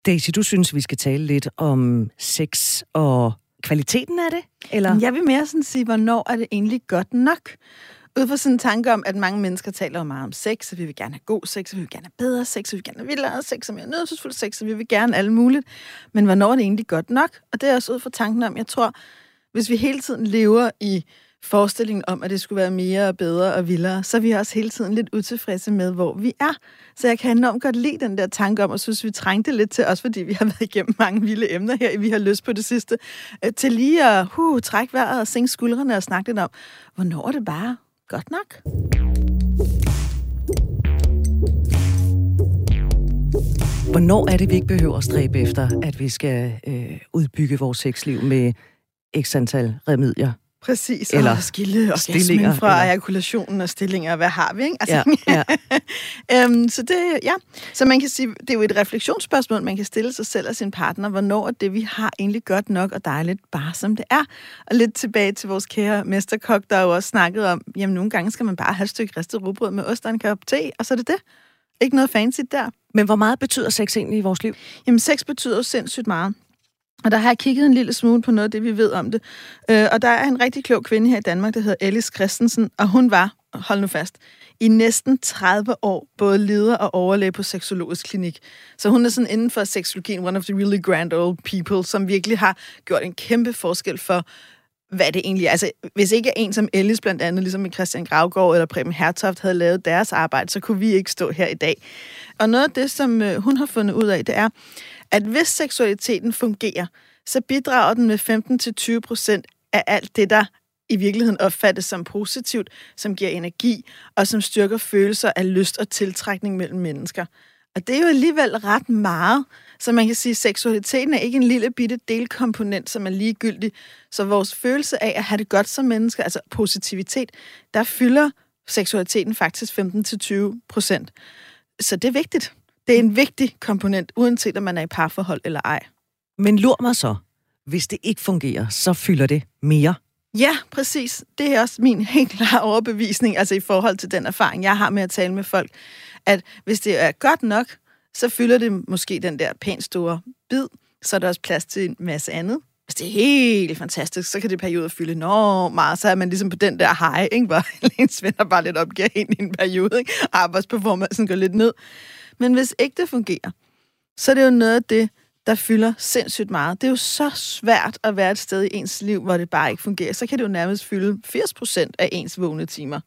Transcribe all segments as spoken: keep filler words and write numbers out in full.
Daisy, du synes, vi skal tale lidt om sex og kvaliteten af det? Eller? Jeg vil mere sådan sige, hvornår er det egentlig godt nok? Ud fra sådan en tanke om, at mange mennesker taler jo meget om sex, og vi vil gerne have god sex, og vi vil gerne have bedre sex, og vi vil gerne have vildere sex, og mere nydelsesfuld sex, og vi vil gerne alt muligt. Men hvornår er det egentlig godt nok? Og det er også ud fra tanken om, jeg tror, hvis vi hele tiden lever i forestillingen om, at det skulle være mere og bedre og vildere, så er vi også hele tiden lidt utilfredse med, hvor vi er. Så jeg kan enormt godt lide den der tanke om, og synes, vi trængte lidt til, også fordi vi har været igennem mange vilde emner her, vi har lyst på det sidste, til lige at uh, trække vejret og sænke skuldrene og snakke lidt om, hvornår er det bare godt nok? Hvornår er det, vi ikke behøver at stræbe efter, at vi skal øh, udbygge vores sexliv med x antal remedier? Præcis, eller og skille og stillinger fra eller... ejakulationen og stillinger, hvad har vi, ikke? Altså, ja, ja. øhm, så det, ja. Så man kan sige, det er jo et refleksionsspørgsmål, man kan stille sig selv og sin partner, hvornår er det, vi har egentlig godt nok og dejligt, bare som det er. Og lidt tilbage til vores kære mesterkok, der jo også snakket om, jamen nogle gange skal man bare have et stykke ristet rugbrød med ost og en kop te, og så er det det. Ikke noget fancy der. Men hvor meget betyder sex egentlig i vores liv? Jamen sex betyder jo sindssygt meget. Og der har jeg kigget en lille smule på noget af det, vi ved om det. Øh, og der er en rigtig klog kvinde her i Danmark, der hedder Ellis Christensen, og hun var, hold nu fast, i næsten tredive år både leder og overlæge på seksologisk klinik. Så hun er sådan inden for seksologien, one of the really grand old people, som virkelig har gjort en kæmpe forskel for, hvad det egentlig er. Altså, hvis ikke en som Ellis blandt andet, ligesom i Christian Gravgaard eller Preben Hertoft, havde lavet deres arbejde, så kunne vi ikke stå her i dag. Og noget af det, som hun har fundet ud af, det er, at hvis seksualiteten fungerer, så bidrager den med femten til tyve procent af alt det, der i virkeligheden opfattes som positivt, som giver energi, og som styrker følelser af lyst og tiltrækning mellem mennesker. Og det er jo alligevel ret meget, så man kan sige, at seksualiteten er ikke en lille bitte delkomponent, som er ligegyldig. Så vores følelse af at have det godt som mennesker, altså positivitet, der fylder seksualiteten faktisk femten til tyve procent. Så det er vigtigt. Det er en vigtig komponent, uanset om man er i parforhold eller ej. Men lur mig så, hvis det ikke fungerer, så fylder det mere. Ja, præcis. Det er også min helt klare overbevisning, altså i forhold til den erfaring, jeg har med at tale med folk, at hvis det er godt nok, så fylder det måske den der pænt store bid, så er der også plads til en masse andet. Hvis det er helt fantastisk, så kan det perioder fylde enormt meget, så er man ligesom på den der high, ikke? Hvor ens venner bare lidt opgiver ind i en periode, ikke? Arbejdsperformancen går lidt ned. Men hvis ikke det fungerer, så er det jo noget af det, der fylder sindssygt meget. Det er jo så svært at være et sted i ens liv, hvor det bare ikke fungerer. Så kan det jo nærmest fylde firs procent af ens vågne timer.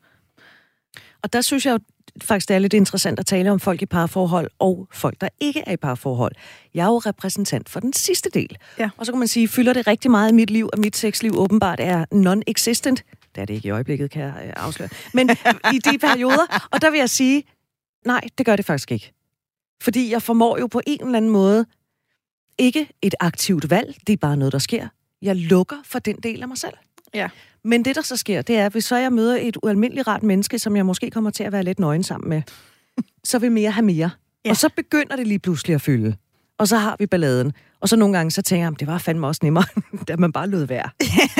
Og der synes jeg jo faktisk, det er lidt interessant at tale om folk i parforhold og folk, der ikke er i parforhold. Jeg er jo repræsentant for den sidste del. Ja. Og så kan man sige, fylder det rigtig meget i mit liv, og mit sexliv åbenbart er non-existent. Det er det ikke i øjeblikket, kan jeg afsløre. Men i de perioder, og der vil jeg sige, nej, det gør det faktisk ikke. Fordi jeg formår jo på en eller anden måde ikke et aktivt valg, det er bare noget, der sker. Jeg lukker for den del af mig selv. Ja. Men det, der så sker, det er, hvis så jeg møder et ualmindeligt rart menneske, som jeg måske kommer til at være lidt nøgen sammen med, så vil mere have mere. Ja. Og så begynder det lige pludselig at fylde. Og så har vi balladen. Og så nogle gange, så tænker jeg, det var fandme også nemmere, da man bare lod være.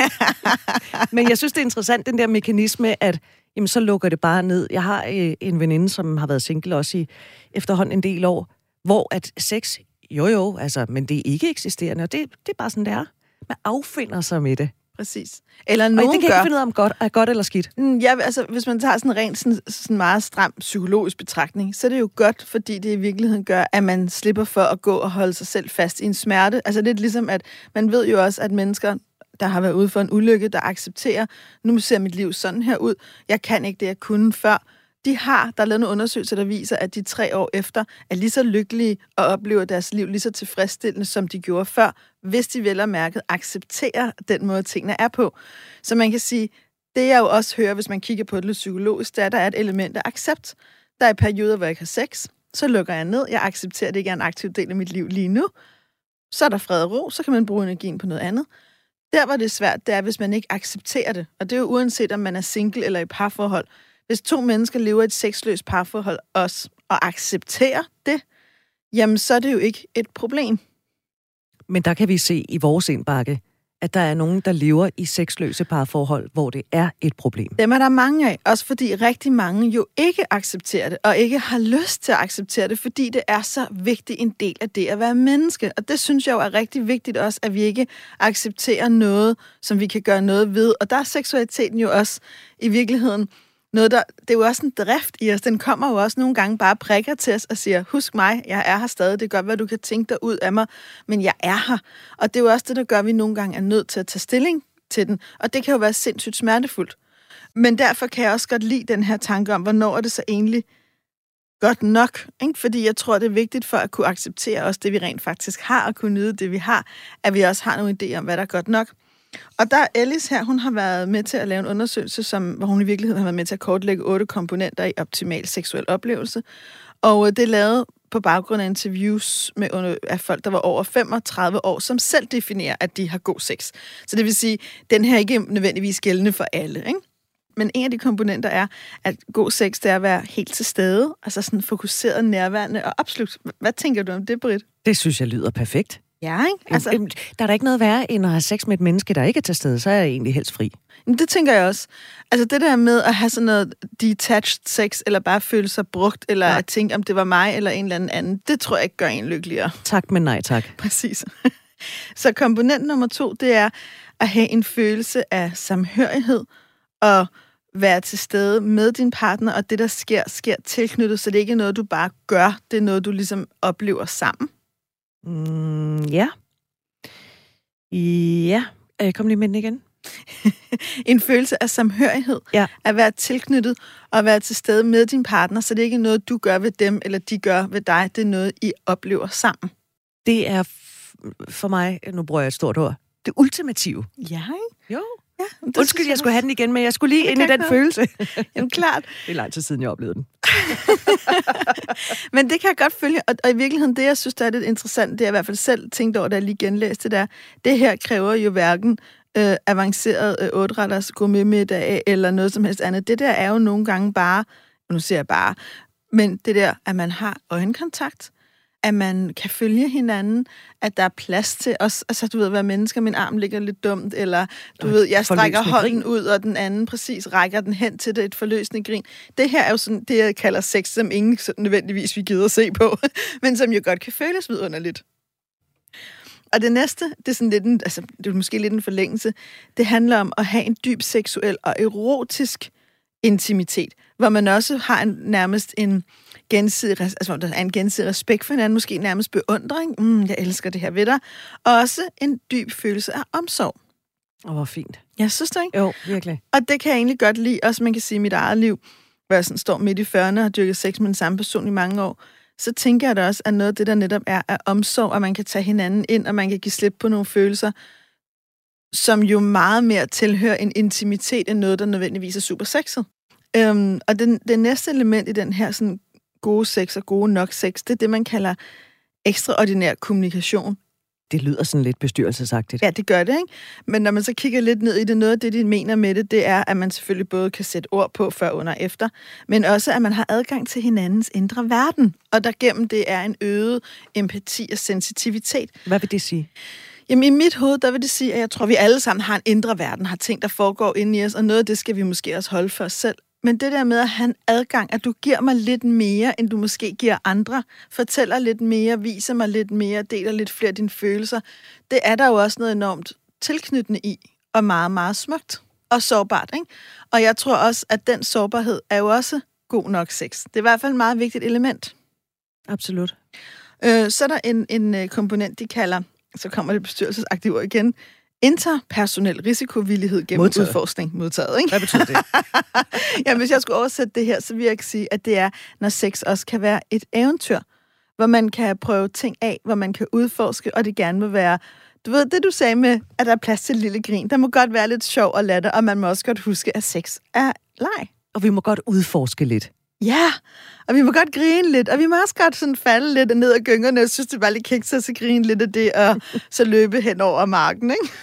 Men jeg synes, det er interessant, den der mekanisme, at jamen, så lukker det bare ned. Jeg har øh, en veninde, som har været single også i efterhånden en del år, hvor at sex, jo jo, altså, men det er ikke eksisterende, og det, det er bare sådan, det er. Man affinder sig med det. Præcis. Eller nogen og det kan gør... ikke finde ud af, om godt er godt eller skidt. Ja, altså, hvis man tager sådan en rent, sådan, sådan meget stram psykologisk betragtning, så er det jo godt, fordi det i virkeligheden gør, at man slipper for at gå og holde sig selv fast i en smerte. Altså, det er ligesom, at man ved jo også, at mennesker, der har været ude for en ulykke, der accepterer, nu ser mit liv sådan her ud, jeg kan ikke det, jeg kunne før. De har, der er lavet nogle undersøgelser, der viser, at de tre år efter er lige så lykkelige og oplever deres liv lige så tilfredsstillende, som de gjorde før, hvis de vel og mærket accepterer den måde, tingene er på. Så man kan sige, det jeg jo også hører, hvis man kigger på det lidt psykologisk, det er, at der er et element af accept. Der er perioder, hvor jeg ikke har sex, så lukker jeg ned, jeg accepterer, at det ikke er en aktiv del af mit liv lige nu. Så er der fred og ro, så kan man bruge energien på noget andet. Der, hvor det er svært, det er, hvis man ikke accepterer det. Og det er jo uanset, om man er single eller i parforhold. Hvis to mennesker lever et sexløst parforhold også, og accepterer det, jamen så er det jo ikke et problem. Men der kan vi se i vores indbakke, at der er nogen, der lever i sexløse parforhold, hvor det er et problem. Dem er der mange af, også fordi rigtig mange jo ikke accepterer det, og ikke har lyst til at acceptere det, fordi det er så vigtig en del af det at være menneske. Og det synes jeg jo er rigtig vigtigt også, at vi ikke accepterer noget, som vi kan gøre noget ved. Og der er seksualiteten jo også i virkeligheden noget, der, det er jo også en drift i os. Den kommer jo også nogle gange bare prikker til os og siger, husk mig, jeg er her stadig. Det kan godt være, du kan tænke dig ud af mig, men jeg er her. Og det er jo også det, der gør, at vi nogle gange er nødt til at tage stilling til den. Og det kan jo være sindssygt smertefuldt. Men derfor kan jeg også godt lide den her tanke om, hvornår er det så egentlig godt nok. Ikke? Fordi jeg tror, det er vigtigt for at kunne acceptere også det, vi rent faktisk har, og kunne nyde det, vi har, at vi også har nogle idéer om, hvad der er godt nok. Og der er Ellis her, hun har været med til at lave en undersøgelse, som, hvor hun i virkeligheden har været med til at kortlægge otte komponenter i optimal seksuel oplevelse. Og det er lavet på baggrund af interviews med af folk, der var over femogtredive år, som selv definerer, at de har god sex. Så det vil sige, den her er ikke nødvendigvis gældende for alle, ikke? Men en af de komponenter er, at god sex, det er at være helt til stede, altså sådan fokuseret, nærværende og absolut. Hvad tænker du om det, Britt? Det synes jeg lyder perfekt. Ja, ikke? Altså, der er da ikke noget værre, end at have sex med et menneske, der ikke er til stede, så er jeg egentlig helst fri. Det tænker jeg også. Altså det der med at have sådan noget detached sex, eller bare føle sig brugt, eller ja. At tænke, om det var mig eller en eller anden anden, det tror jeg ikke gør en lykkeligere. Tak, men nej tak. Præcis. Så komponent nummer to, det er at have en følelse af samhørighed, og være til stede med din partner, og det, der sker, sker tilknyttet, så det ikke er noget, du bare gør, det er noget, du ligesom oplever sammen. Mm, ja. Ja. Kom lige med den igen. En følelse af samhørighed, ja. At være tilknyttet og være til stede med din partner, så det ikke er noget, du gør ved dem, eller de gør ved dig, det er noget, I oplever sammen. Det er f- for mig, nu bruger jeg et stort ord, det ultimative. Ja, ikke? Jo. Ja, undskyld, jeg skulle have den igen, men jeg skulle lige ind i den noget. følelse. Jamen klart. Det er lang tid siden, jeg oplevede den. Men det kan jeg godt følge, og, og i virkeligheden, det jeg synes, der er lidt interessant, det er i hvert fald selv tænkt over, da jeg lige genlæste det der. Det her kræver jo hverken øh, avanceret øh, otte-retters gourmetmiddag eller noget som helst andet. Det der er jo nogle gange bare, nu siger jeg bare, men det der, at man har øjenkontakt, at man kan følge hinanden, at der er plads til os, altså du ved, hvad mennesker, min arm ligger lidt dumt, eller du ved, jeg strækker hånden ud, og den anden præcis rækker den hen til det, et forløsende grin. Det her er jo sådan, det jeg kalder sex, som ingen nødvendigvis vi gider at se på, men som jo godt kan føles vidunderligt. Og det næste, det er sådan lidt en, altså det er måske lidt en forlængelse, det handler om at have en dyb seksuel og erotisk intimitet, hvor man også har en, nærmest en gensidig, altså der er en gensidig respekt for hinanden, måske nærmest beundring. Mm, jeg elsker det her ved dig. Og også en dyb følelse af omsorg. Åh, hvor fint. Jeg synes det, ikke? Jo, virkelig. Og det kan jeg egentlig godt lide, også man kan sige i mit eget liv, hvor jeg sådan står midt i fyrrerne og har dyrket sex med den samme person i mange år, så tænker jeg da også, at noget af det, der netop er, er omsorg, og man kan tage hinanden ind, og man kan give slip på nogle følelser, som jo meget mere tilhører en intimitet, end noget, der nødvendigvis er super sexet. Øhm, og den, det næste element i den her sådan, gode sex og gode nok sex, det er det, man kalder ekstraordinær kommunikation. Det lyder sådan lidt bestyrelsesagtigt. Ja, det gør det, ikke? Men når man så kigger lidt ned i det, noget af det, de mener med det, det er, at man selvfølgelig både kan sætte ord på før, under og efter, men også, at man har adgang til hinandens indre verden, og der gennem det er en øget empati og sensitivitet. Hvad vil det sige? Jamen i mit hoved, der vil det sige, at jeg tror, at vi alle sammen har en indre verden, har ting, der foregår inde i os, og noget af det skal vi måske også holde for os selv. Men det der med at have en adgang, at du giver mig lidt mere, end du måske giver andre, fortæller lidt mere, viser mig lidt mere, deler lidt flere af dine følelser, det er der jo også noget enormt tilknyttende i, og meget, meget smukt og sårbart, ikke? Og jeg tror også, at den sårbarhed er jo også god nok sex. Det er i hvert fald et meget vigtigt element. Absolut. Øh, så er der en, en komponent, de kalder, så kommer det bestyrelsesaktive ord igen, interpersonel risikovillighed gennem Modtaget. udforskning. Modtaget, ikke? Hvad betyder det? Jamen, hvis jeg skulle oversætte det her, så vil jeg ikke sige, at det er, når sex også kan være et eventyr, hvor man kan prøve ting af, hvor man kan udforske, og det gerne må være, du ved, det du sagde med, at der er plads til et lille grin, der må godt være lidt sjov og latter, og man må også godt huske, at sex er leg. Og vi må godt udforske lidt. Ja, og vi må godt grine lidt, og vi må også godt sådan falde lidt ned ad gyngerne, og synes, det var lidt kikset, og så grine lidt af det, og så løbe hen over marken, ikke?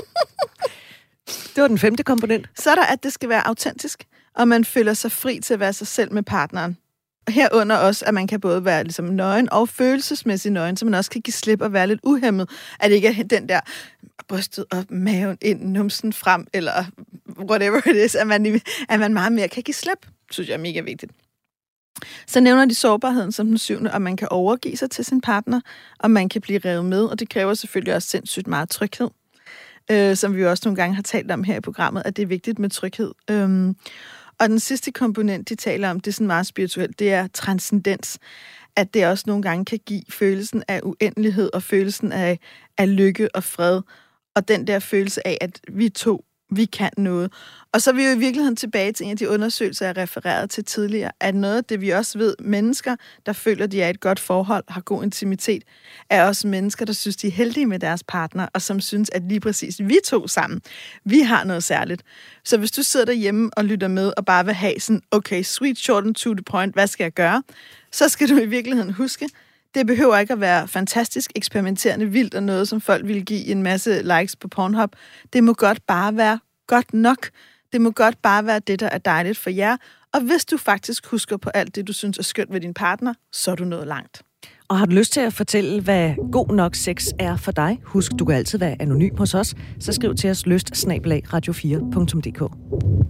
Det var den femte komponent. Så er der, at det skal være autentisk, og man føler sig fri til at være sig selv med partneren. Og herunder også, at man kan både være ligesom nøgen og følelsesmæssig nøgen, så man også kan give slip og være lidt uhæmmet. At det ikke er den der brystet op, maven ind, numsen frem, eller whatever it is, at man, at man meget mere kan give slip, synes jeg er mega vigtigt. Så nævner de sårbarheden som den syvende, og man kan overgive sig til sin partner, og man kan blive revet med, og det kræver selvfølgelig også sindssygt meget tryghed, øh, som vi også nogle gange har talt om her i programmet, at det er vigtigt med tryghed. Øhm, og den sidste komponent, de taler om, det er sådan meget spirituelt, det er transcendens, at det også nogle gange kan give følelsen af uendelighed, og følelsen af, af lykke og fred, og den der følelse af, at vi to, vi kan noget. Og så er vi jo i virkeligheden tilbage til en af de undersøgelser, jeg refererede til tidligere, at noget af det, vi også ved, mennesker, der føler, de er i et godt forhold, har god intimitet, er også mennesker, der synes, de er heldige med deres partner, og som synes, at lige præcis vi to sammen, vi har noget særligt. Så hvis du sidder derhjemme og lytter med, og bare vil have sådan, okay, sweet, short and to the point, hvad skal jeg gøre? Så skal du i virkeligheden huske, det behøver ikke at være fantastisk, eksperimenterende, vildt og noget, som folk vil give en masse likes på Pornhub. Det må godt bare være godt nok. Det må godt bare være det, der er dejligt for jer. Og hvis du faktisk husker på alt det, du synes er skønt ved din partner, så er du nået langt. Og har du lyst til at fortælle, hvad god nok sex er for dig? Husk, du kan altid være anonym hos os. Så skriv til os lyst snabel-a radio fire punktum d k.